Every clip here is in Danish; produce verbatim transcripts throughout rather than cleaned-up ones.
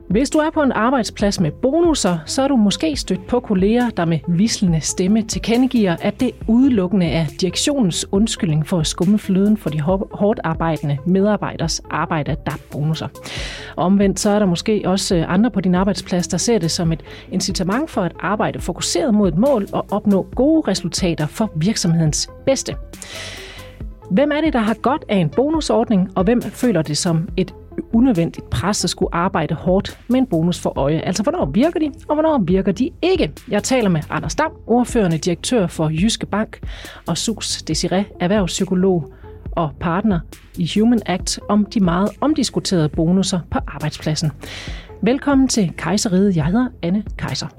Hvis du er på en arbejdsplads med bonusser, så er du måske stødt på kolleger, der med hvislende stemme tilkendegiver, at det udelukkende er direktionens undskyldning for at skumme fløden for de hårdt arbejdende medarbejders arbejde, der er bonusser. Omvendt så er der måske også andre på din arbejdsplads, der ser det som et incitament for at arbejde fokuseret mod et mål og opnå gode resultater for virksomhedens bedste. Hvem er det, der har godt af en bonusordning, og hvem føler det som et unødvendigt pres at skulle arbejde hårdt med en bonus for øje? Altså, hvornår virker de, og hvornår virker de ikke? Jeg taler med Anders Dam, ordførende direktør for Jyske Bank, og Sus Desiree, erhvervspsykolog og partner i Human Act, om de meget omdiskuterede bonusser på arbejdspladsen. Velkommen til Kejseriet. Jeg hedder Anne Kejser.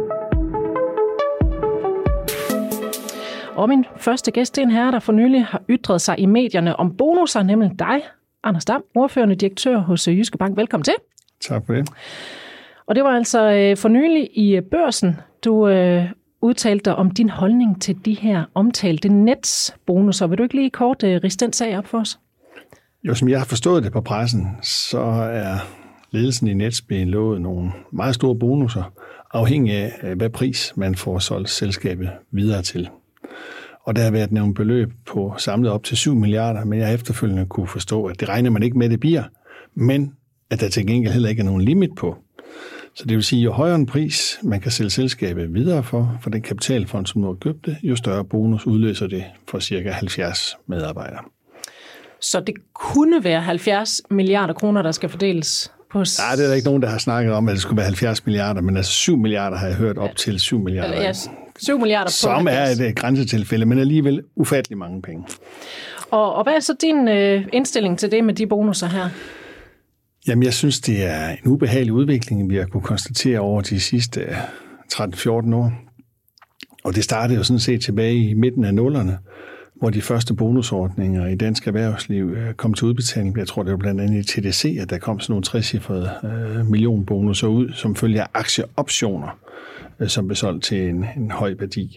Og min første gæst er en herre, der for nylig har ytret sig i medierne om bonusser, nemlig dig, Anders Dam, ordførende direktør hos Jyske Bank. Velkommen til. Tak for det. Og det var altså for nylig i Børsen, du øh, udtalte dig om din holdning til de her omtalte Nets-bonusser. Vil du ikke lige kort øh, riste den sag op for os? Jo, som jeg har forstået det på pressen, så er ledelsen i Nets blevet lovet nogle meget store bonusser, afhængig af, hvad pris man får solgt selskabet videre til. Og der har været nogle beløb på samlet op til syv milliarder, men jeg efterfølgende kunne forstå, at det regner man ikke med, det bliver, men at der til gengæld heller ikke er nogen limit på. Så det vil sige, jo højere en pris man kan sælge selskabet videre for, for den kapitalfond, som nu har købt det, jo større bonus udløser det for ca. halvfjerds medarbejdere. Så det kunne være halvfjerds milliarder kroner, der skal fordeles på... Nej, det er der ikke nogen, der har snakket om, at det skulle være halvfjerds milliarder, men altså syv milliarder har jeg hørt op til syv milliarder. Eller, ja, syv milliarder på som er et grænsetilfælde, men alligevel ufattelig mange penge. Og, og hvad er så din øh, indstilling til det med de bonusser her? Jamen, jeg synes, det er en ubehagelig udvikling, vi har kunne konstatere over de sidste tretten fjorten år. Og det startede jo sådan set tilbage i midten af nullerne, hvor de første bonusordninger i dansk erhvervsliv kom til udbetaling. Jeg tror, det var blandt andet i T D C, at der kom sådan nogle trecifrede øh, millionbonusser ud, som følger aktieoptioner, øh, som blev solgt til en, en høj værdi.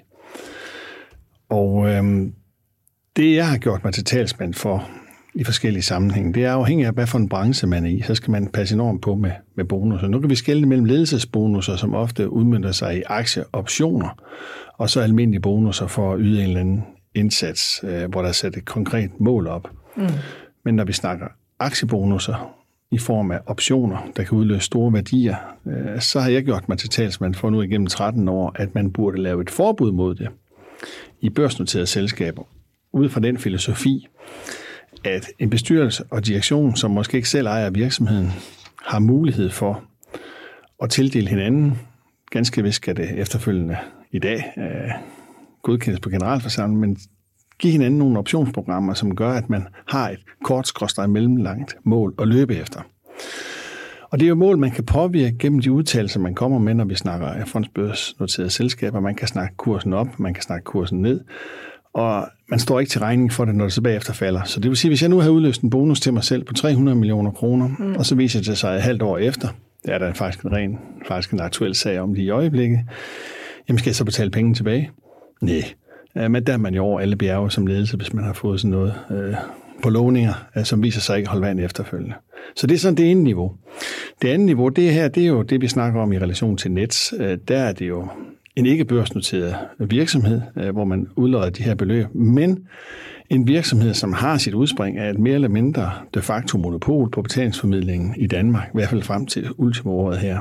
Og øh, det, jeg har gjort mig til talsmand for i forskellige sammenhænge, det er afhængigt af, hvad for en branche man er i. Så skal man passe enormt på med, med bonusser. Nu kan vi skelne mellem ledelsesbonusser, som ofte udmønter sig i aktieoptioner, og så almindelige bonusser for at yde en eller anden indsats, hvor der er sat et konkret mål op. Mm. Men når vi snakker aktiebonusser i form af optioner, der kan udløse store værdier, så har jeg gjort mig til talsmand for nu igennem tretten år, at man burde lave et forbud mod det i børsnoterede selskaber, ud fra den filosofi, at en bestyrelse og direktion, som måske ikke selv ejer virksomheden, har mulighed for at tildele hinanden. Ganske vist skal det efterfølgende i dag øh, godkendes på generalforsamlingen, men give hinanden nogle optionsprogrammer, som gør, at man har et kort skråstreg mellemlangt mål at løbe efter. Og det er jo mål, man kan påvirke gennem de udtalelser, man kommer med, når vi snakker af fondsbørsnoterede selskaber. Man kan snakke kursen op, man kan snakke kursen ned, og man står ikke til regning for det, når det så bagefter falder. Så det vil sige, hvis jeg nu har udløst en bonus til mig selv på tre hundrede millioner kroner, mm. og så viser det sig et halvt år efter, det er der faktisk en ren, faktisk en aktuel sag om det i øjeblikket, jamen skal jeg så betale penge tilbage? Nej, men der er man jo over alle bjerge som ledelse, hvis man har fået sådan noget øh, på lovninger, øh, som viser sig ikke at holde vand efterfølgende. Så det er sådan det ene niveau. Det andet niveau, det her, det er jo det, vi snakker om i relation til Nets. Øh, der er det jo en ikke-børsnoteret virksomhed, øh, hvor man udlodder de her beløb, men en virksomhed, som har sit udspring af et mere eller mindre de facto monopol på betalingsformidlingen i Danmark, i hvert fald frem til ultimo året her.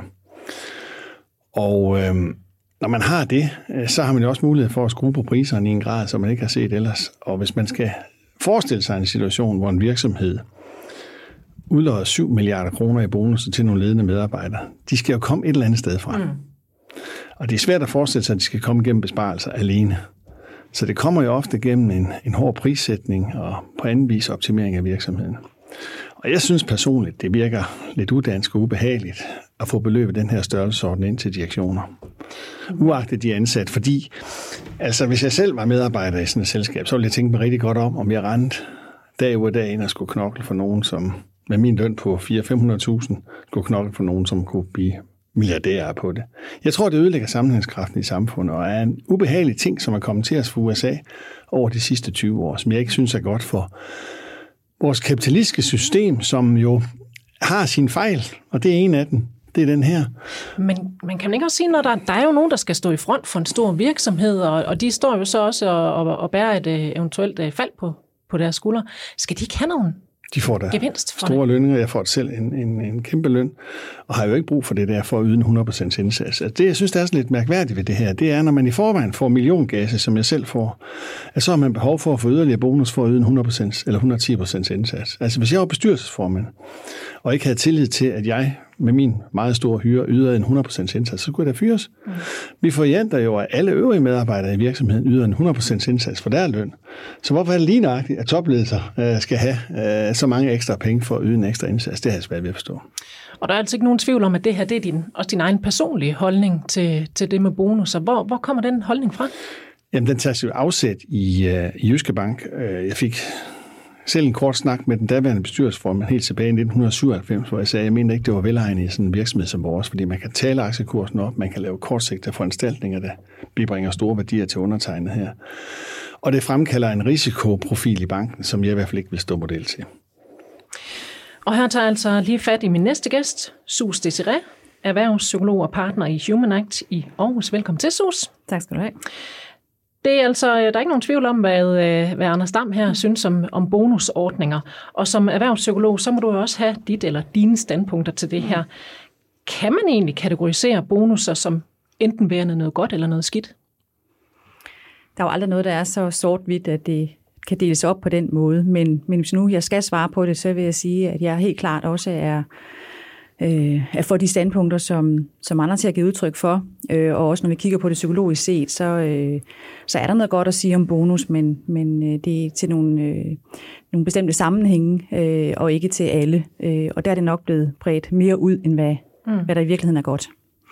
Og øh, når man har det, så har man jo også mulighed for at skrue på priserne i en grad, som man ikke har set ellers. Og hvis man skal forestille sig en situation, hvor en virksomhed udlodder syv milliarder kroner i bonus til nogle ledende medarbejdere, de skal jo komme et eller andet sted fra. Mm. Og det er svært at forestille sig, at de skal komme gennem besparelser alene. Så det kommer jo ofte gennem en, en hård prissætning og på anden vis optimering af virksomheden. Og jeg synes personligt, det virker lidt udansk og ubehageligt at få beløbet den her størrelsesorden ind til direktioner. Uagtet de er ansat, fordi altså, hvis jeg selv var medarbejder i sådan et selskab, så ville jeg tænke mig rigtig godt om, om jeg rendte dag ud af dag ind og skulle knokle for nogen, som med min løn på fire hundrede til fem hundrede tusind skulle knokle for nogen, som kunne blive milliardærer på det. Jeg tror, det ødelægger sammenhængskraften i samfundet, og er en ubehagelig ting, som er kommet til os fra U S A over de sidste tyve år, som jeg ikke synes er godt for vores kapitalistiske system, som jo har sin fejl, og det er en af dem. det er den her. Men man kan ikke også sige, når der, der er jo nogen, der skal stå i front for en stor virksomhed, og, og de står jo så også og, og, og bærer et uh, eventuelt uh, fald på, på deres skuldre. Skal de ikke have nogen? De får da store lønninger. Jeg får selv en, en, en kæmpe løn, og har jo ikke brug for det der for at yde en hundrede procent indsats. Altså det, jeg synes, der er sådan lidt mærkværdigt ved det her, det er, når man i forvejen får milliongasse, som jeg selv får, at så har man behov for at få yderligere bonus for at yde en hundrede procent eller hundrede og ti procent indsats. Altså hvis jeg var bestyrelsesformand, og ikke havde tillid til, at jeg med min meget store hyre yder en hundrede procent indsats, så kunne jeg da fyres. Mm. Vi forventer jo, at alle øvrige medarbejdere i virksomheden yder en hundrede procent indsats for deres løn. Så hvorfor er det lige nøjagtigt, at topledelser øh, skal have øh, så mange ekstra penge for at yde en ekstra indsats? Det har jeg svært ved at forstå. Og der er altså ikke nogen tvivl om, at det her det er din, også din egen personlige holdning til, til det med bonusser. Hvor, hvor kommer den holdning fra? Jamen, den tager sig afsæt i, uh, i Jyske Bank. Uh, jeg fik selv en kort snak med den daværende bestyrelsesformand helt tilbage i nitten syvoghalvfems, hvor jeg sagde, at jeg mente ikke, det var velegnet i sådan en virksomhed som vores, fordi man kan tale aktiekursen op, man kan lave kortsigtede foranstaltninger, der bibringer store værdier til undertegnet her. Og det fremkalder en risikoprofil i banken, som jeg i hvert fald ikke vil stå model til. Og her tager altså lige fat i min næste gæst, Sus Desiré, erhvervspsykolog og partner i Human Act i Aarhus. Velkommen til, Sus. Tak skal du have. Det er altså, der er ikke nogen tvivl om, hvad, hvad Anders Dam her synes om, om bonusordninger. Og som erhvervspsykolog, så må du også have dit eller dine standpunkter til det her. Kan man egentlig kategorisere bonusser som enten værende noget godt eller noget skidt? Der er jo aldrig noget, der er så sort-hvidt, at det kan deles op på den måde. Men, men hvis nu jeg skal svare på det, så vil jeg sige, at jeg helt klart også er, øh, er for de standpunkter, som, som Anders har givet udtryk for. Øh, og også når vi kigger på det psykologisk set, så, øh, så er der noget godt at sige om bonus, men, men øh, det er til nogle, øh, nogle bestemte sammenhænge, øh, og ikke til alle. Øh, og der er det nok blevet bredt mere ud, end hvad, mm. hvad der i virkeligheden er godt.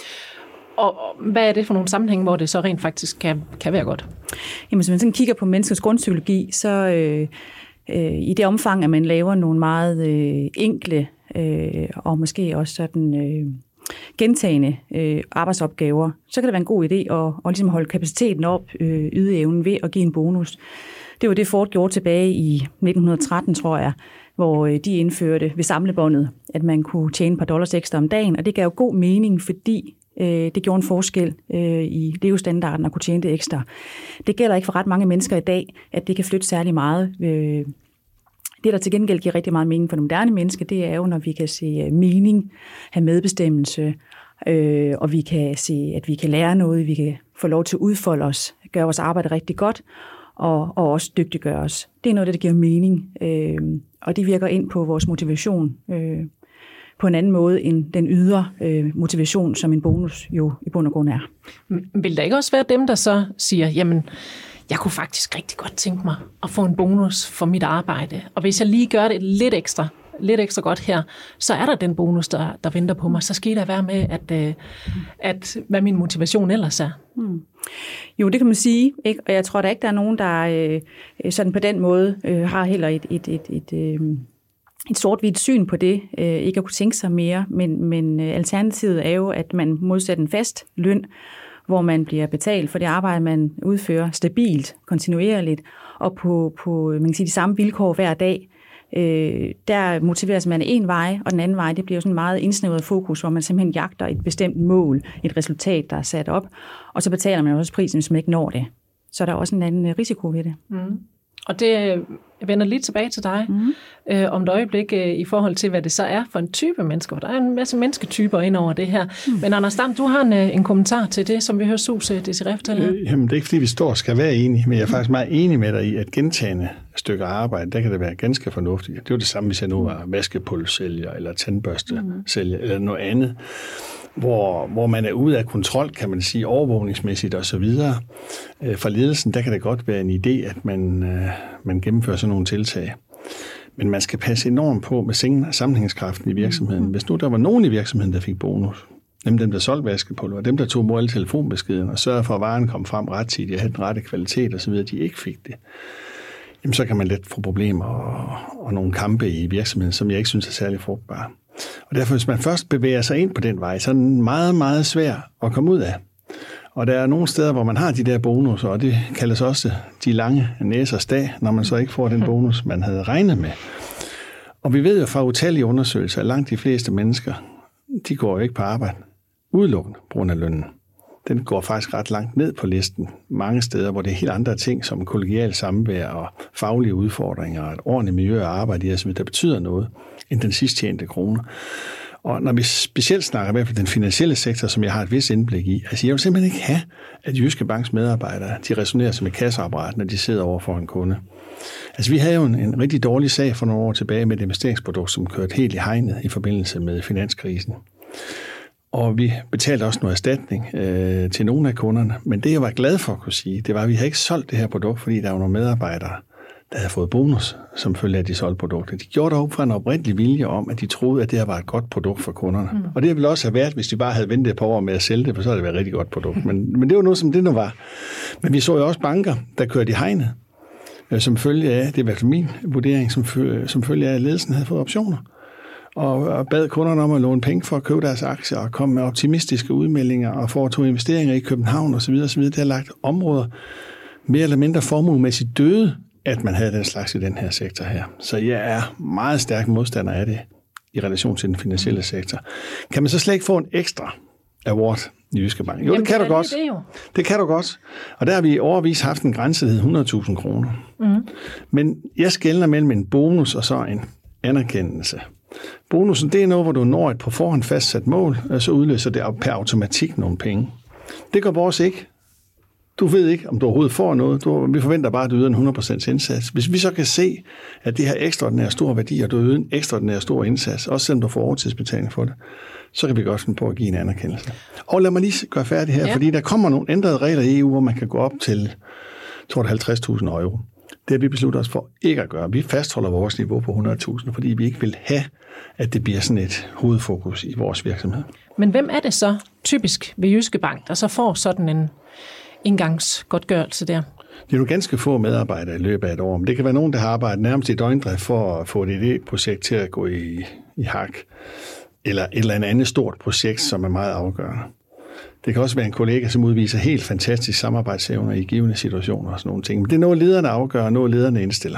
Og hvad er det for nogle sammenhænge, hvor det så rent faktisk kan, kan være godt? Jamen, hvis man sådan kigger på menneskets grundpsykologi, så øh, øh, i det omfang, at man laver nogle meget øh, enkle øh, og måske også sådan øh, gentagende øh, arbejdsopgaver, så kan det være en god idé at, at ligesom holde kapaciteten op, øh, ydeevnen ved at give en bonus. Det var det Ford gjorde tilbage i nitten tretten, tror jeg, hvor de indførte ved samlebåndet, at man kunne tjene et par dollars ekstra om dagen, og det gav jo god mening, fordi det gjorde en forskel i levestandarden at kunne tjene det ekstra. Det gælder ikke for ret mange mennesker i dag, at det kan flytte særlig meget. Det, der til gengæld giver rigtig meget mening for nogle moderne mennesker, det er jo, når vi kan se mening, have medbestemmelse, og vi kan se, at vi kan lære noget, vi kan få lov til at udfolde os, gøre vores arbejde rigtig godt, og, og også dygtiggøre os. Det er noget, der giver mening, og det virker ind på vores motivation på en anden måde end den ydre øh, motivation, som en bonus jo i bund og grund er. Vil der ikke også være dem, der så siger, jamen, jeg kunne faktisk rigtig godt tænke mig at få en bonus for mit arbejde, og hvis jeg lige gør det lidt ekstra, lidt ekstra godt her, så er der den bonus, der, der venter på mig. Så skal der være med, at, øh, at hvad min motivation ellers er. Hmm. Jo, det kan man sige, ikke? Og jeg tror da ikke, der er nogen, der øh, sådan på den måde øh, har heller et, et, et, et øh, et sort-hvidt syn på det, øh, ikke at kunne tænke sig mere, men, men alternativet er jo, at man modsætter en fast løn, hvor man bliver betalt for det arbejde, man udfører stabilt, kontinuerligt, og på, på man kan sige, de samme vilkår hver dag. Øh, der motiveres man en vej, og den anden vej, det bliver jo sådan en meget indsnævret fokus, hvor man simpelthen jagter et bestemt mål, et resultat, der er sat op, og så betaler man også prisen, hvis man ikke når det. Så er der også en anden risiko ved det. Mm. Og det vender lige tilbage til dig mm. øh, om et øjeblik øh, i forhold til, hvad det så er for en type mennesker. Der er en masse mennesketyper ind over det her. Mm. Men Anders Dam, du har en, en kommentar til det, som vi hører Sus Desiré fortælle. Øh, jamen, det er ikke, fordi vi står og skal være enige, men jeg er faktisk meget enig med dig i, at gentagende stykker arbejde, der kan det være ganske fornuftigt. Det er jo det samme, hvis jeg nu var vaskepulvesælger, eller tandbørstesælger, mm. eller noget andet. Hvor, hvor man er ude af kontrol, kan man sige, overvågningsmæssigt og så videre. For ledelsen, der kan det godt være en idé, at man, man gennemfører sådan nogle tiltag. Men man skal passe enormt på med sammenhængskraften i virksomheden. Hvis nu der var nogen i virksomheden, der fik bonus, nemlig dem, der solgte vaskepulver, dem, der tog mod telefonbeskeden og sørgede for, at varen kom frem rettidigt og havde den rette kvalitet og så videre, de ikke fik det, jamen så kan man let få problemer og, og nogle kampe i virksomheden, som jeg ikke synes er særlig frugtbare. Og derfor, hvis man først bevæger sig ind på den vej, så er den meget, meget svær at komme ud af. Og der er nogle steder, hvor man har de der bonusser, og det kaldes også de lange næsers dag, når man så ikke får den bonus, man havde regnet med. Og vi ved jo fra utallige undersøgelser, at langt de fleste mennesker, de går jo ikke på arbejde udelukkende på grund af lønnen. Den går faktisk ret langt ned på listen. Mange steder, hvor det er helt andre ting, som kollegial samvær og faglige udfordringer og et ordentligt miljø at arbejde i, der betyder noget, end den sidst tjente kroner. Og når vi specielt snakker i hvert fald den finansielle sektor, som jeg har et vis indblik i, altså jeg vil simpelthen ikke have, at Jyske Banks medarbejdere, de resonerer som et kasseapparat, når de sidder over for en kunde. Altså vi havde jo en, en rigtig dårlig sag for nogle år tilbage med et investeringsprodukt, som kørte helt i hegnet i forbindelse med finanskrisen. Og vi betalte også noget erstatning øh, til nogle af kunderne. Men det, jeg var glad for at kunne sige, det var, at vi havde ikke solgt det her produkt, fordi der var nogle medarbejdere, der havde fået bonus, som følge af, at de solgte produkter. De gjorde det op fra en oprindelig vilje om, at de troede, at det her var et godt produkt for kunderne. Mm. Og det ville også have været, hvis de bare havde ventet et par år med at sælge det, for så havde det været et rigtig godt produkt. Men, men det var noget, som det nu var. Men vi så jo også banker, der kørte i hegnet, som følge af, det var min vurdering, som følge, som følge af, at ledelsen havde fået optioner. Og bad kunderne om at låne penge for at købe deres aktier og komme med optimistiske udmeldinger og foretog investeringer i København osv. osv. Det har lagt områder mere eller mindre formuemæssigt døde, at man havde den slags i den her sektor her. Så jeg er meget stærk modstander af det i relation til den finansielle sektor. Kan man så slet ikke få en ekstra award i Jyske Bank? Jo, Jamen, det kan det du godt. Det, jo. det kan du godt. Og der har vi i årevis haft en grænse, der hed hundrede tusind kroner. Mm. Men jeg skelner mellem en bonus og så en anerkendelse. Bonusen, det er noget, hvor du når et på forhånd fastsat mål, og så udløser det per automatik nogle penge. Det gør vores ikke. Du ved ikke, om du overhovedet får noget. Du, vi forventer bare, at du yder en hundrede procent indsats. Hvis vi så kan se, at det har ekstraordinær stor værdi, og du yder en ekstraordinær stor indsats, også selvom du får overtidsbetaling for det, så kan vi godt finde på at give en anerkendelse. Og lad mig lige gøre færdig her, ja. Fordi der kommer nogle ændrede regler i E U, hvor man kan gå op til tror jeg, halvtreds tusind euro. Det har vi besluttet os for ikke at gøre. Vi fastholder vores niveau på hundrede tusind, fordi vi ikke vil have, at det bliver sådan et hovedfokus i vores virksomhed. Men hvem er det så typisk ved Jyske Bank, der så får sådan en indgangsgodtgørelse der? Det er jo ganske få medarbejdere i løbet af et år, men det kan være nogen, der har arbejdet nærmest i døgndrift for at få et idéprojekt til at gå i, i hak, eller et eller andet stort projekt, som er meget afgørende. Det kan også være en kollega, som udviser helt fantastisk samarbejdsevner i givende situationer og sådan nogle ting. Men det er noget, lederne afgør, og noget, lederne indstiller.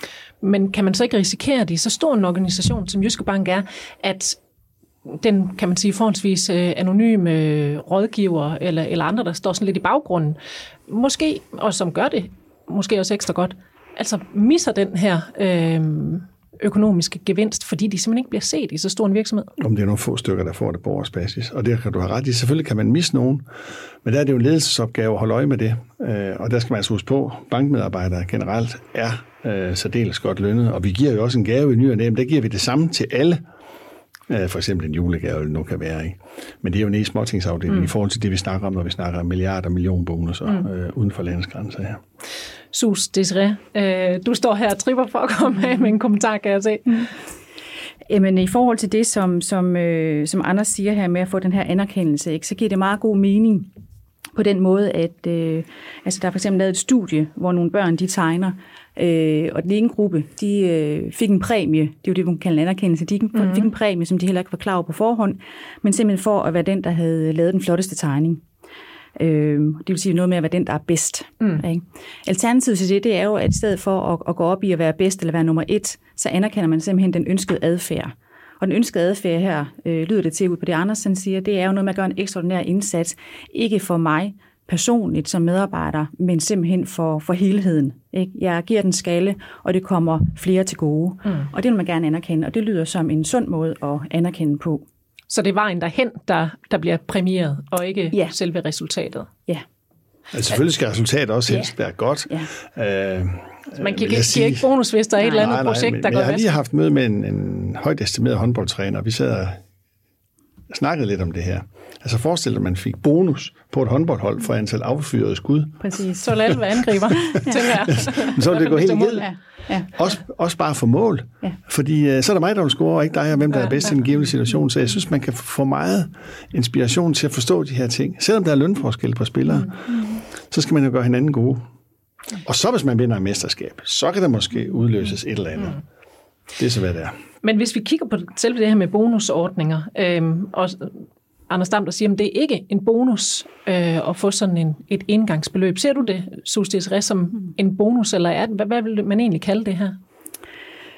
Men kan man så ikke risikere, at i så stor en organisation, som Jyske Bank er, at den, kan man sige, forholdsvis anonyme rådgiver eller, eller andre, der står sådan lidt i baggrunden, måske, og som gør det måske også ekstra godt, altså misser den her øh, økonomiske gevinst, fordi de simpelthen ikke bliver set i så stor en virksomhed? Om det er nogle få stykker, der får det på årsbasis, og det kan du have ret i. Selvfølgelig kan man misse nogen, men der er det jo en ledelsesopgave at holde øje med det, og der skal man altså huske på, bankmedarbejdere generelt er øh, særdeles godt lønnet, og vi giver jo også en gave i ny og næ, men der giver vi det samme til alle. For eksempel en julegave, eller nu kan være, ikke? Men det er jo en i småtingsafdeling mm. i forhold til det, vi snakker om, når vi snakker om milliarder og millionbonusser mm. øh, uden for landets grænser her. Sus, Desiree, øh, du står her og tripper for at komme af med en kommentar, kan jeg se. Mm. Jamen, i forhold til det, som, som, øh, som Anders siger her med at få den her anerkendelse, ikke, så giver det meget god mening på den måde, at øh, altså, der er for eksempel lavet et studie, hvor nogle børn, de tegner, Øh, og den ene gruppe, de øh, fik en præmie, det er jo det, man kalder en anerkendelse, de mm-hmm. fik en præmie, som de heller ikke var klar over på forhånd, men simpelthen for at være den, der havde lavet den flotteste tegning. Øh, det vil sige noget med at være den, der er bedst. Mm. Ikke? Alternativet til det, det er jo, at i stedet for at, at gå op i at være bedst eller være nummer et, så anerkender man simpelthen den ønskede adfærd. Og den ønskede adfærd her, øh, lyder det til ud på det, Andersen siger, det er jo noget med at gøre en ekstraordinær indsats, ikke for mig personligt som medarbejder, men simpelthen for, for helheden. Ikke? Jeg giver den skalle, og det kommer flere til gode. Mm. Og det vil man gerne anerkende, og det lyder som en sund måde at anerkende på. Så det er vejen derhen, der, der bliver præmieret, og ikke ja. selve resultatet? Ja. Altså, selvfølgelig skal resultatet også helst ja. være godt. Ja. Øh, man kan give ikke bonus, hvis der er et eller andet nej, projekt, nej, der går bedst. Jeg har lige haft møde med en, en højt estimeret håndboldtræner, og vi sad og snakkede lidt om det her. Altså forestil dig, at man fik bonus på et håndboldhold for antal affyrede skud. Præcis. Så lad det være angriber, tænker jeg. Men så vil det gå helt ned. Ja. Ja. Også, også bare for mål. Ja. Fordi så er der mig, der vil score, og ikke dig, og hvem der ja, er bedst ja. i en given situation. Så jeg synes, man kan få meget inspiration til at forstå de her ting. Selvom der er lønforskel på spillere, mm. Mm. så skal man jo gøre hinanden gode. Og så hvis man vinder et mesterskab, så kan der måske udløses et eller andet. Mm. Det er så, hvad det er. Men hvis vi kigger på selve det her med bonusordninger, øhm, og Anders Dam, der siger, at det er ikke en bonus øh, at få sådan en, et indgangsbeløb. Ser du det, Sus Desiree, som en bonus, eller er det, hvad, hvad vil man egentlig kalde det her?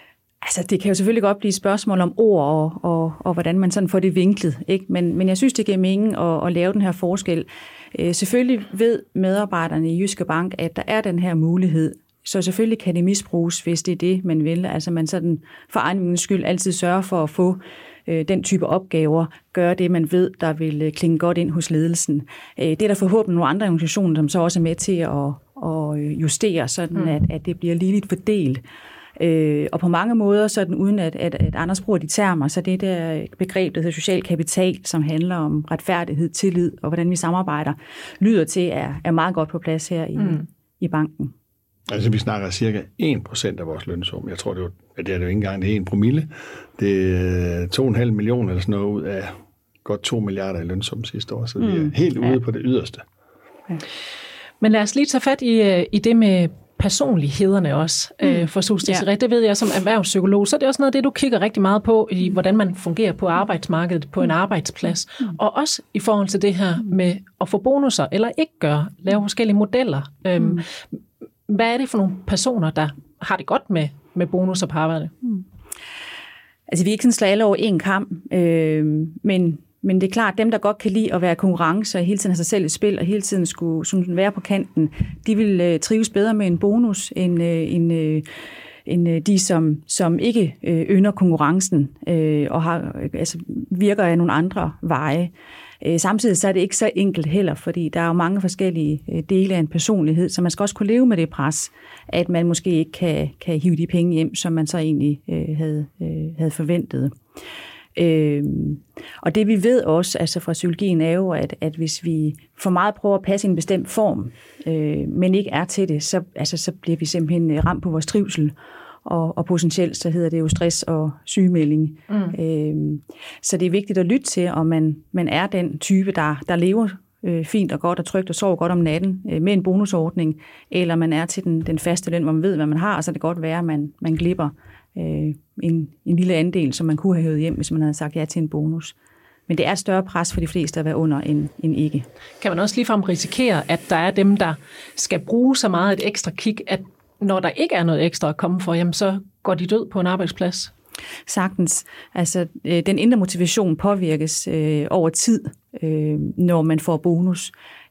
Altså, det kan jo selvfølgelig godt blive et spørgsmål om ord, og, og, og hvordan man sådan får det vinklet, ikke? Men, men jeg synes, det giver mening at, at lave den her forskel. Øh, selvfølgelig ved medarbejderne i Jyske Bank, at der er den her mulighed. Så selvfølgelig kan det misbruges, hvis det er det, man vil. Altså, man sådan for egen skyld altid sørger for at få øh, den type opgaver, gøre det, man ved, der vil klinge godt ind hos ledelsen. Øh, det er der forhåbentlig nogle andre organisationer, som så også er med til at, at justere, sådan mm. at, at det bliver ligeligt fordelt. Øh, og på mange måder, sådan, uden at, at, at Anders bruger de termer, så det der begreb, der hedder social kapital, som handler om retfærdighed, tillid og hvordan vi samarbejder, lyder til, er, er meget godt på plads her i, mm. i banken. Altså, vi snakker cirka en procent af vores lønsum. Jeg tror, det, var, at det er det jo ikke engang, det er en promille. Det er to komma fem millioner eller sådan noget ud af godt to milliarder i lønsum sidste år, så mm. vi er helt ude ja. på det yderste. Ja. Men lad os lige tage fat i, i det med personlighederne også, mm. øh, for Sus Desirée. Ja. Det ved jeg som erhvervspsykolog, så det er også noget af det, du kigger rigtig meget på, i hvordan man fungerer på arbejdsmarkedet, på en arbejdsplads, mm. og også i forhold til det her med at få bonusser, eller ikke gøre, lave forskellige modeller. Mm. Øhm, hvad er det for nogle personer, der har det godt med, med bonusser på arbejde? Mm. Altså, vi er ikke sådan slag alle over en kam, øh, men Men det er klart, at dem, der godt kan lide at være konkurrence og hele tiden have sig selv i spil og hele tiden skulle sådan være på kanten, de vil øh, trives bedre med en bonus end, øh, end, øh, end øh, de, som, som ikke øh, ynder konkurrencen øh, og har, altså, virker af nogle andre veje. Øh, samtidig så er det ikke så enkelt heller, fordi der er jo mange forskellige øh, dele af en personlighed, så man skal også kunne leve med det pres, at man måske ikke kan, kan hive de penge hjem, som man så egentlig øh, havde, øh, havde forventet. Øh, og det vi ved også altså fra psykologien er jo, at, at hvis vi for meget prøver at passe i en bestemt form, øh, men ikke er til det, så, altså, så bliver vi simpelthen ramt på vores trivsel, og, og potentielt så hedder det jo stress og sygemelding. Mm. Øh, så det er vigtigt at lytte til, om man, man er den type, der, der lever øh, fint og godt og trygt og sover godt om natten øh, med en bonusordning, eller man er til den, den faste løn, hvor man ved, hvad man har, og så kan det godt være, at man, man glipper En, en lille andel, som man kunne have hævet hjem, hvis man havde sagt ja til en bonus. Men det er et større pres for de fleste at være under end, end ikke. Kan man også ligefrem risikere, at der er dem, der skal bruge så meget et ekstra kig, at når der ikke er noget ekstra at komme for, jamen så går de død på en arbejdsplads? Sagtens. Altså, den indre motivation påvirkes øh, over tid, øh, når man får bonus.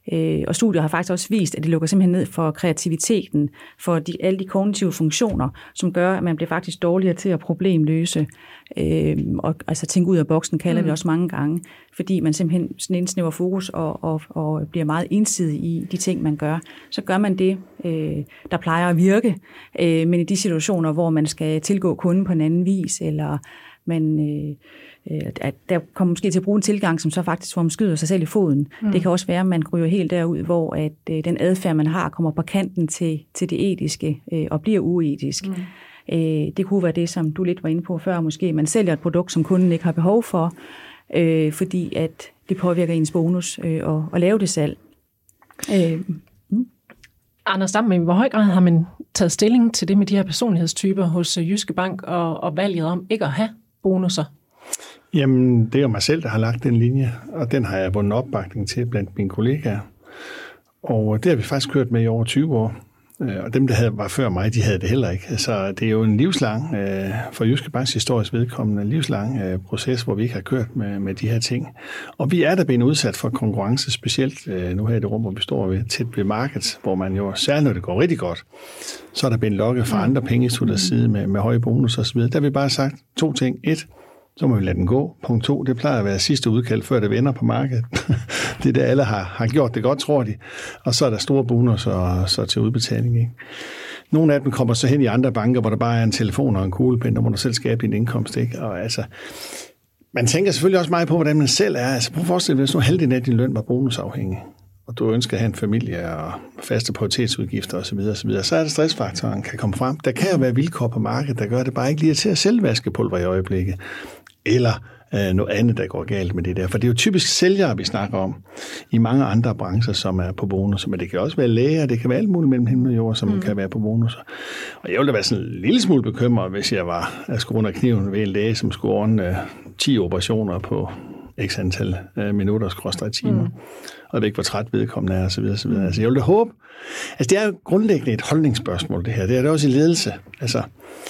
Og studier har faktisk også vist, at det lukker simpelthen ned for kreativiteten, for de, alle de kognitive funktioner, som gør, at man bliver faktisk dårligere til at problemløse, øh, og altså tænke ud af boksen, kalder mm. vi også mange gange, fordi man simpelthen indsnæver fokus og, og, og bliver meget ensidig i de ting, man gør. Så gør man det, øh, der plejer at virke, øh, men i de situationer, hvor man skal tilgå kunden på en anden vis, eller man... Øh, at der kommer måske til at bruge en tilgang, som så faktisk, hvor man skyder sig selv i foden. Mm. Det kan også være, at man ryger helt derud, hvor at, øh, den adfærd, man har, kommer på kanten til, til det etiske øh, og bliver uetisk. Mm. Øh, det kunne være det, som du lidt var inde på før, måske. Man sælger et produkt, som kunden ikke har behov for, øh, fordi at det påvirker ens bonus øh, og, og lave det salg. Øh, mm. Anders Dam, i hvor høj grad har man taget stilling til det med de her personlighedstyper hos Jyske Bank og, og valget om ikke at have bonusser? Jamen, det er jo mig selv, der har lagt den linje, og den har jeg vundet opbakning til blandt mine kollegaer. Og det har vi faktisk kørt med i over tyve år. Og dem, der havde, var før mig, de havde det heller ikke. Så det er jo en livslang, for Jyske Banks historisk vedkommende, en livslang proces, hvor vi ikke har kørt med, med de her ting. Og vi er der blevet udsat for konkurrence, specielt nu her i det rum, hvor vi står ved, tæt ved markedet, hvor man jo, særligt når det går rigtig godt, så er der blevet lokket fra andre pengeinstitutters side med, med høje bonus osv. Der har vi bare sagt to ting. Et, så må vi lade den gå. Punkt to, det plejer at være sidste udkald, før det vender på markedet. Det er det, alle har, har gjort det godt, tror de. Og så er der store bonusser og så til udbetaling. Ikke? Nogle af dem kommer så hen i andre banker, hvor der bare er en telefon og en kuglepen, der må du selv skabe din indkomst. Ikke? Og altså, man tænker selvfølgelig også meget på, hvordan man selv er. Altså, prøv at forestille dig, hvis nu halvdelen af din løn var bonusafhængig, og du ønsker at have en familie og faste prioritetsudgifter osv., osv., så er det stressfaktoren kan komme frem. Der kan jo være vilkår på markedet, der gør det bare ikke lige til at selv vaske pulver i øjeblikket. Eller øh, noget andet, der går galt med det der. For det er jo typisk sælgere, vi snakker om, i mange andre brancher, som er på bonusser. Men det kan også være læger, det kan være alt muligt mellem himmel og jord, som mm. kan være på bonusser. Og jeg ville da være sådan en lille smule bekymret, hvis jeg var at skulle under kniven ved en læge, som skulle ordne øh, ti operationer på x antal øh, minutter, skråstreg timer. Mm. Og det ikke var træt vedkommende er, og så videre, så videre. Altså, jeg ville da håbe. Altså, det er jo grundlæggende et holdningsspørgsmål, det her. Det er det også i ledelse. Altså,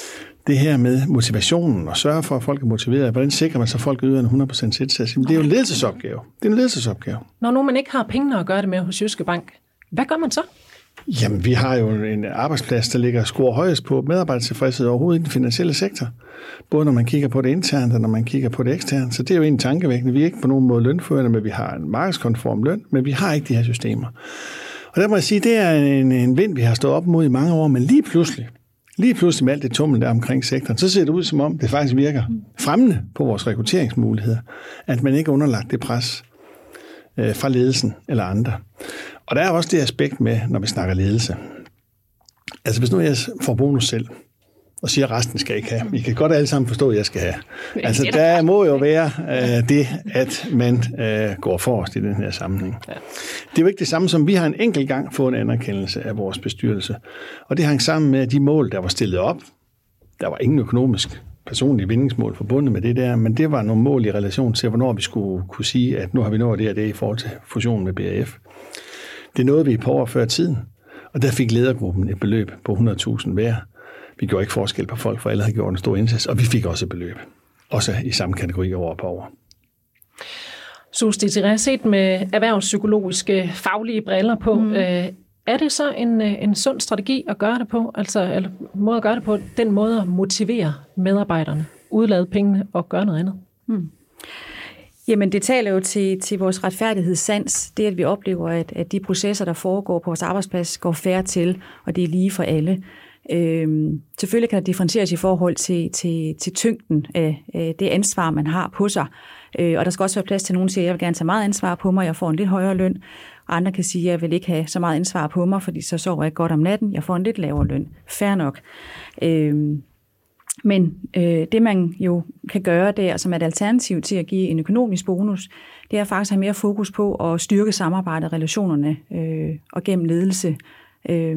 det her med motivationen og sørge for, at folk er motiveret. Hvordan sikrer man så, at folk yder en hundrede procent indsats? Det er jo en ledelsesopgave. Det er en ledelsesopgave. Når nu man ikke har pengene at gøre det med hos Jyske Bank, hvad gør man så? Jamen, vi har jo en arbejdsplads, der ligger score højest på medarbejdertilfredshed overhovedet i den finansielle sektor. Både når man kigger på det internt, og når man kigger på det eksternt. Så det er jo egentlig tankevækkende. Vi er ikke på nogen måde lønførende, men vi har en markedskonform løn, men vi har ikke de her systemer. Og der må jeg sige, det er en, en vind, vi har stået op mod i mange år, men lige pludselig, lige pludselig med alt det tummel der omkring sektoren, så ser det ud som om, det faktisk virker fremmende på vores rekrutteringsmuligheder, at man ikke er underlagt det pres øh, fra ledelsen eller andre. Og der er også det aspekt med, når vi snakker ledelse. Altså hvis nu jeg får bonus selv, og siger, at resten skal ikke have. I kan godt alle sammen forstå, at jeg skal have. Altså der må jo være øh, det, at man øh, går forrest i den her sammenhæng. Det er jo ikke det samme som, vi har en enkelt gang fået en anerkendelse af vores bestyrelse. Og det hang sammen med de mål, der var stillet op. Der var ingen økonomisk personlige vindingsmål forbundet med det der, men det var nogle mål i relation til, hvornår vi skulle kunne sige, at nu har vi nået det og det i forhold til fusionen med B A F. Det nåede vi et par år før tiden, og der fik ledergruppen et beløb på hundrede tusind hver. Vi gjorde ikke forskel på folk, for alle havde gjort en stor indsats, og vi fik også et beløb. Også i samme kategori over på år. Sus Desirée, set med erhvervspsykologiske faglige briller på, mm. øh, er det så en, en sund strategi at gøre det på? Altså, eller måde at gøre det på, den måde at motivere medarbejderne, udlade pengene og gøre noget andet? Mm. Jamen, det taler jo til, til vores retfærdighedssans. Det, at vi oplever, at, at de processer, der foregår på vores arbejdsplads, går fair til, og det er lige for alle. Øhm, selvfølgelig kan der differentieres i forhold til, til, til tyngden af, af det ansvar, man har på sig. Øh, og der skal også være plads til, at nogen siger, at jeg vil gerne tage meget ansvar på mig, jeg får en lidt højere løn. Og andre kan sige, at jeg vil ikke have så meget ansvar på mig, fordi så sover jeg ikke godt om natten, jeg får en lidt lavere løn. Fair nok. Øhm, men øh, det, man jo kan gøre der, som er et alternativ til at give en økonomisk bonus, det er faktisk at have mere fokus på at styrke samarbejdet og relationerne øh, og gennem ledelse. Øh,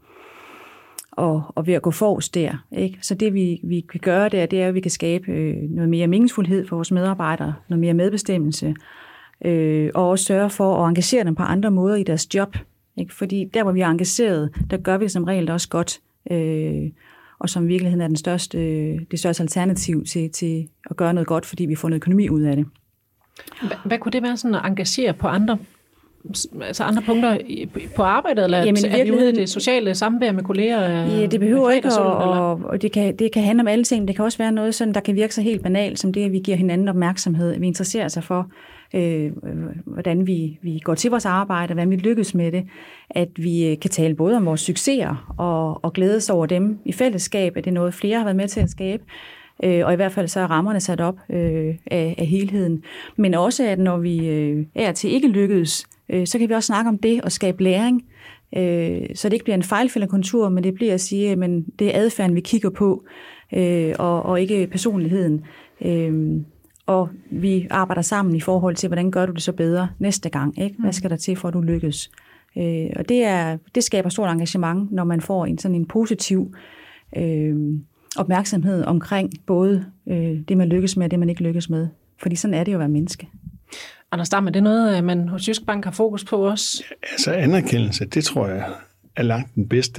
Og, og ved at gå forrest der. Ikke? Så det vi, vi kan gøre der, det er, at vi kan skabe øh, noget mere meningsfuldhed for vores medarbejdere, noget mere medbestemmelse, øh, og også sørge for at engagere dem på andre måder i deres job. Ikke? Fordi der, hvor vi er engageret, der gør vi det som regel også godt, øh, og som i virkeligheden er den største, øh, det største alternativ til, til at gøre noget godt, fordi vi får noget økonomi ud af det. Hvad, hvad kunne det være sådan at engagere på andre altså andre punkter på arbejdet, eller Jamen, er vi ude i det sociale samvær med kolleger? Ja, det behøver ikke, og, og, og det, kan, det kan handle om alle ting. Det kan også være noget, sådan, der kan virke så helt banalt, som det, at vi giver hinanden opmærksomhed. Vi interesserer sig for, øh, hvordan vi, vi går til vores arbejde, hvordan vi lykkes med det. At vi kan tale både om vores succeser og, og glædes over dem i fællesskab. At det er noget, flere har været med til at skabe. Og i hvert fald så er rammerne sat op øh, af, af helheden. Men også, at når vi øh, er til ikke lykkedes, øh, så kan vi også snakke om det og skabe læring. Øh, så det ikke bliver en fejlfældekultur, men det bliver at sige, at det er adfærden, vi kigger på, øh, og, og ikke personligheden. Øh, og vi arbejder sammen i forhold til, hvordan gør du det så bedre næste gang? Ikke? Hvad skal der til, for at du lykkes? Øh, og det, er, det skaber stort engagement, når man får en sådan en positiv øh, opmærksomhed omkring både øh, det, man lykkes med, og det, man ikke lykkes med. Fordi sådan er det jo at være menneske. Anders Dam, er det noget, man hos Jyske Bank har fokus på også? Ja, altså anerkendelse, det tror jeg er langt den bedste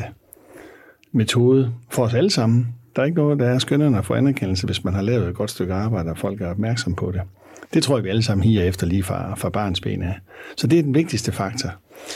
metode for os alle sammen. Der er ikke noget, der er skønnere at få anerkendelse, hvis man har lavet et godt stykke arbejde, og folk er opmærksom på det. Det tror jeg, vi alle sammen higer efter lige fra, fra barns ben af. Så det er den vigtigste faktor.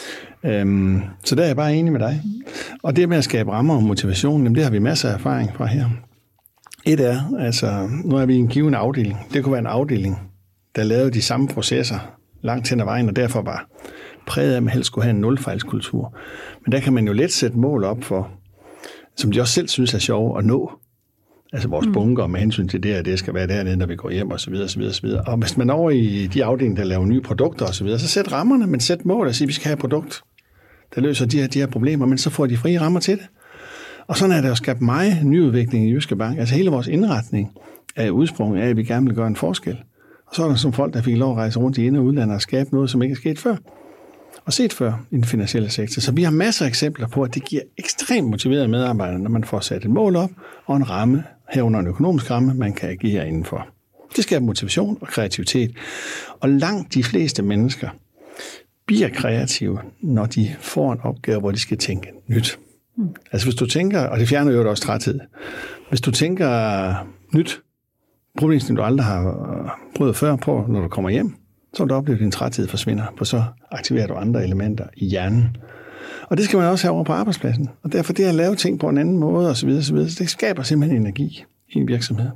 Øhm, så der er jeg bare enig med dig. Og det med at skabe rammer og motivation, jamen det har vi masser af erfaring fra her. Et er, altså nu er vi i en given afdeling. Det kunne være en afdeling, der lavede de samme processer langt hen ad vejen, og derfor var præget af, at man helst skulle have en nulfejlskultur. Men der kan man jo let sætte mål op for, som de også selv synes er sjove at nå. Altså vores bunker med hensyn til det, og det skal være dernede, når vi går hjem, og så videre, så videre, så videre. Og hvis man er over i de afdelinger, der laver nye produkter og så videre, så sæt rammerne, men sæt mål og sig, at vi skal have et produkt, der løser de her, de her problemer, men så får de frie rammer til det. Og sådan er der jo skabt meget nyudvikling i Jyske Bank. Altså hele vores indretning er udsprunget af, at vi gerne vil gøre en forskel. Og så er der sådan folk, der fik lov at rejse rundt i ind- og udlandet og skabe noget, som ikke er sket før. Og set før i den finansielle sektor. Så vi har masser af eksempler på, at det giver ekstremt motiverede medarbejdere, når man får sat et mål op og en ramme, herunder en økonomisk ramme, man kan agere indenfor. Det skaber motivation og kreativitet. Og langt de fleste mennesker bliver kreative, når de får en opgave, hvor de skal tænke nyt. Mm. Altså hvis du tænker, og det fjerner jo også træthed, Hvis du tænker nyt, problemstilling du aldrig har prøvet før på, når du kommer hjem, så vil du opleve, at din træthed forsvinder, for så aktiverer du andre elementer i hjernen. Og det skal man også have over på arbejdspladsen. Og derfor det at lave ting på en anden måde osv., osv., det skaber simpelthen energi i en virksomhed.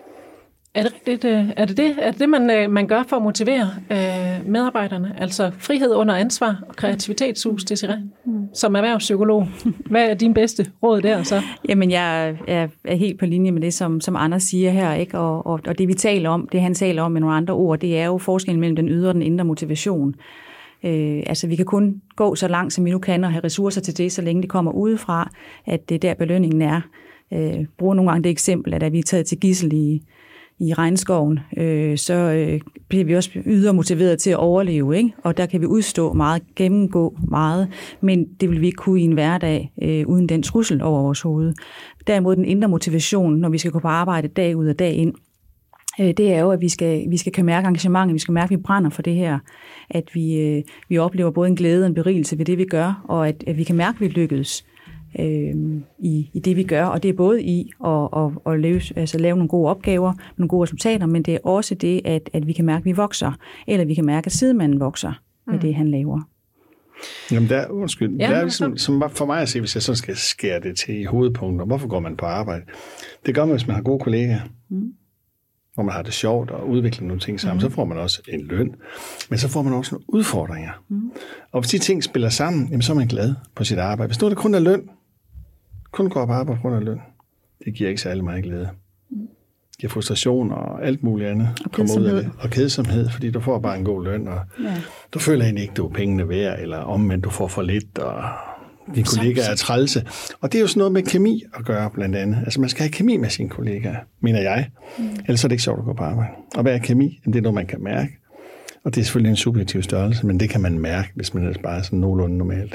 Er det det, er det, det, er det, det man, man gør for at motivere øh, medarbejderne? Altså frihed under ansvar og kreativitetshus, Desiree, mm. som erhvervspsykolog. Hvad er din bedste råd der så? Jamen, jeg er, er helt på linje med det, som, som Anders siger her, ikke? Og, og, og det vi taler om, det han taler om med nogle andre ord, det er jo forskellen mellem den ydre og den indre motivation. Øh, altså, vi kan kun gå så langt, som vi nu kan, og have ressourcer til det, så længe det kommer udefra, at det der belønningen er. Øh, bruger nogle gange det eksempel, at da vi er taget til gidsel i i regnskoven, øh, så øh, bliver vi også ydre motiveret til at overleve, ikke? Og der kan vi udstå meget, gennemgå meget, men det vil vi ikke kunne i en hverdag øh, uden den trussel over vores hoved. Derimod den indre motivation, når vi skal gå på arbejde dag ud og dag ind, øh, det er jo, at vi skal, vi skal kan mærke engagementet, vi skal mærke, at vi brænder for det her, at vi, øh, vi oplever både en glæde og en berigelse ved det, vi gør, og at, at vi kan mærke, at vi lykkes Øh, i, i det, vi gør. Og det er både i at, at, at lave, altså lave nogle gode opgaver, nogle gode resultater, men det er også det, at, at vi kan mærke, at vi vokser, eller vi kan mærke, at sidemanden vokser med mm. det, han laver. Jamen, der, undskyld, ja, der er ligesom, som for mig at se, hvis jeg så skal skære det til i hovedpunkter, hvorfor går man på arbejde? Det gør man, hvis man har gode kollegaer, mm. hvor man har det sjovt og udvikler nogle ting sammen, mm. så får man også en løn, men så får man også nogle udfordringer. Mm. Og hvis de ting spiller sammen, jamen, så er man glad på sit arbejde. Hvis nu det kun er løn, kun går på arbejde på grund af løn, det giver ikke særlig meget glæde. Det giver frustration og alt muligt andet. Og kedsomhed. Ud af det. Og kedsomhed, fordi du får bare en god løn, og ja. Du føler egentlig ikke, du er pengene værd, eller omvendt, du får for lidt, og dine kollegaer er trælse. Og det er jo sådan noget med kemi at gøre, blandt andet. Altså, man skal have kemi med sine kollegaer, mener jeg. Mm. Ellers er det ikke sjovt at gå på arbejde. Og hvad er kemi? Det er noget, man kan mærke. Og det er selvfølgelig en subjektiv størrelse, men det kan man mærke, hvis man ellers bare er sådan nogenlunde normalt.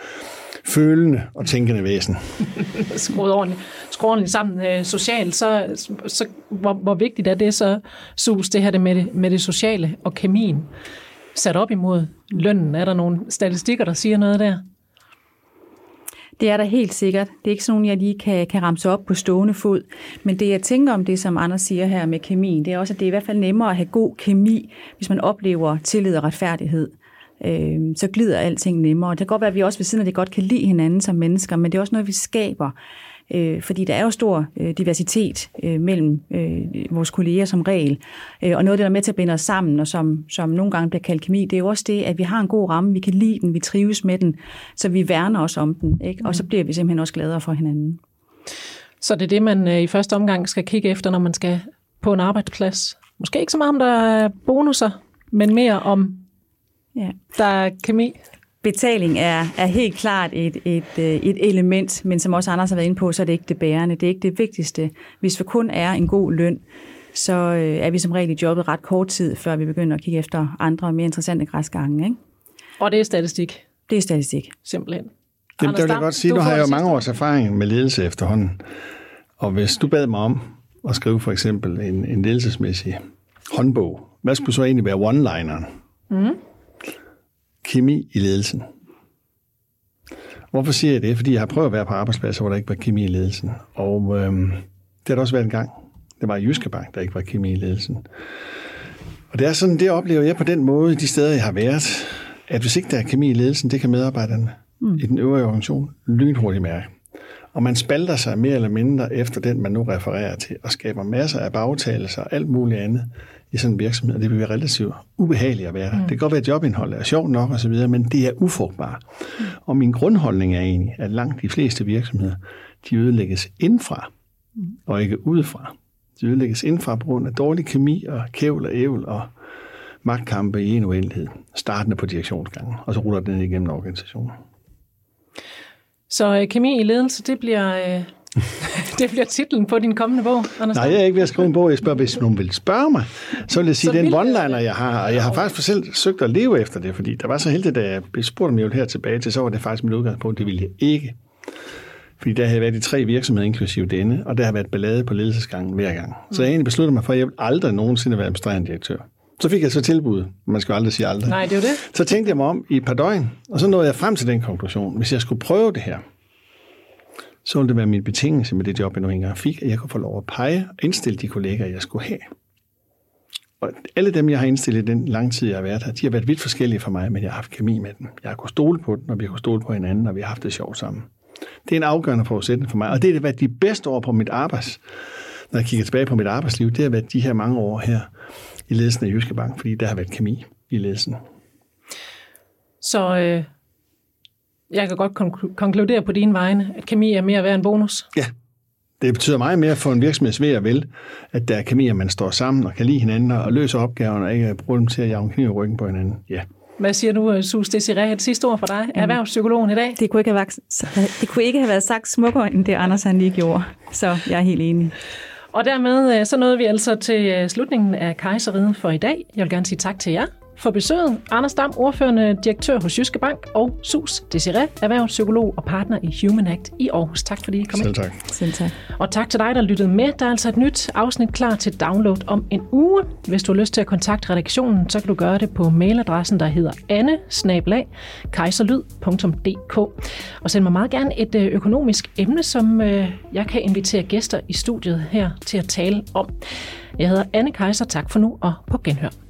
Følende og tænkende væsen. Skruet ordentligt, skruet ordentligt sammen øh, socialt, så, så hvor, hvor vigtigt er det så, Sus, det her det med, det med det sociale og kemien, sat op imod lønnen? Er der nogle statistikker, der siger noget der? Det er der helt sikkert. Det er ikke sådan nogen, jeg lige kan, kan ramse op på stående fod. Men det, jeg tænker om det, som Anders siger her med kemien, det er også, at det er i hvert fald nemmere at have god kemi, hvis man oplever tillid og retfærdighed. Øh, så glider alting nemmere. Det kan godt være, at vi også ved siden af det godt kan lide hinanden som mennesker, men det er også noget, vi skaber. Øh, fordi der er jo stor øh, diversitet øh, mellem øh, vores kolleger som regel. Øh, og noget af det, der er med til at binde os sammen, og som, som nogle gange bliver kaldt kemi, det er jo også det, at vi har en god ramme, vi kan lide den, vi trives med den, så vi værner os om den, ikke? Og så bliver vi simpelthen også gladere for hinanden. Så det er det, man øh, i første omgang skal kigge efter, når man skal på en arbejdsplads. Måske ikke så meget om der er bonusser, men mere om ja. Der er kemi. Betaling er, er helt klart et, et, et element, men som også Anders har været inde på, så er det ikke det bærende. Det er ikke det vigtigste. Hvis vi kun er en god løn, så er vi som regel i jobbet ret kort tid, før vi begynder at kigge efter andre og mere interessante græsgange, ikke? Og det er statistik? Det er statistik. Simpelthen. Jamen, det vil jeg godt sige. Du har jo mange års erfaring med ledelse efterhånden. Og hvis du bad mig om at skrive for eksempel en, en ledelsesmæssig håndbog, hvad skulle så egentlig være one-lineren? Mm. Kemi i ledelsen. Hvorfor siger jeg det? Fordi jeg har prøvet at være på arbejdspladser, hvor der ikke var kemi i ledelsen. Og øhm, det har der også været en gang. Det var i Jyske Bank, der ikke var kemi i ledelsen. Og det er sådan, det oplever jeg på den måde, de steder, jeg har været, at hvis ikke der er kemi i ledelsen, det kan medarbejderne mm. i den øvrige organisation lynhurtigt mærke. Og man spalter sig mere eller mindre efter den, man nu refererer til, og skaber masser af bagtagelser og alt muligt andet i sådan en virksomhed, og det vil være relativt ubehageligt at være der. Mm. Det kan godt være, at jobindholdet er sjovt nok og så videre, men det er ufrugtbart. Mm. Og min grundholdning er egentlig, at langt de fleste virksomheder, de ødelægges indfra, mm. og ikke udefra. De ødelægges indfra på grund af dårlig kemi og kævl og ævl og magtkampe i en uendelighed, startende på direktionsgangen, og så ruller den igennem organisationen. Så øh, kemi i ledelse, det bliver... Øh det bliver titlen på din kommende bog, Anders. Nej, jeg er ikke ved at skrive en bog. Jeg spørger, hvis nogen vil spørge mig, så vil jeg sige, så den one-liner, jeg har, og jeg har faktisk selv søgt at leve efter det, fordi der var så heldigt, da jeg blev spurgt, om jeg ville her tilbage til, så var det faktisk mit udgangspunkt, det ville jeg ikke. Fordi der havde været i tre virksomheder, inklusive denne, og der har været ballade på ledelsesgangen hver gang. Så jeg egentlig besluttede mig for, at jeg vil aldrig nogensinde være administrerende direktør. Så fik jeg så tilbud. Man skal jo aldrig sige aldrig. Nej, det er det. Så tænkte jeg mig om i et par døgn, og så nåede jeg frem til den konklusion. Hvis jeg skulle prøve det her, så ville det være min betingelse med det job, jeg nu engang fik, at jeg kunne få lov at pege og indstille de kolleger, jeg skulle have. Og alle dem, jeg har indstillet den lange tid, jeg har været her, de har været vidt forskellige for mig, men jeg har haft kemi med dem. Jeg har kunnet stole på dem, og vi har kunnet stole på hinanden, og vi har haft det sjovt sammen. Det er en afgørende forudsætning for mig, og det har været de bedste år på mit arbejds, når jeg kigger tilbage på mit arbejdsliv, det har været de her mange år her i ledelsen af Jyske Bank, fordi der har været kemi i ledelsen. Så øh, jeg kan godt konklu- konkludere på dine vegne, at kemi er mere værd end bonus? Ja, det betyder meget mere for en virksomheds ved og vel, at der er kemi, at man står sammen og kan lide hinanden og løse opgaverne og ikke bruge dem til at jage kniv i ryggen på hinanden. Ja. Hvad siger du, Sus Desiree? Et sidste ord for dig, erhvervspsykologen i dag? Det kunne ikke have været, det kunne ikke have været sagt smukkere, end det Anders han lige gjorde. Så jeg er helt enig. Og dermed så nåede vi altså til slutningen af Kejserriget for i dag. Jeg vil gerne sige tak til jer for besøget. Anders Dam, ordførende direktør hos Jyske Bank, og Sus Desiree, erhvervspsykolog og partner i Human Act i Aarhus. Tak fordi I kom ind. Selv tak. Selv tak. Og tak til dig, der lyttede med. Der er altså et nyt afsnit klar til download om en uge. Hvis du har lyst til at kontakte redaktionen, så kan du gøre det på mailadressen, der hedder anne bindestreg kejserlyd punktum d k. Og send mig meget gerne et økonomisk emne, som jeg kan invitere gæster i studiet her til at tale om. Jeg hedder Anne Kejser. Tak for nu, og på genhør.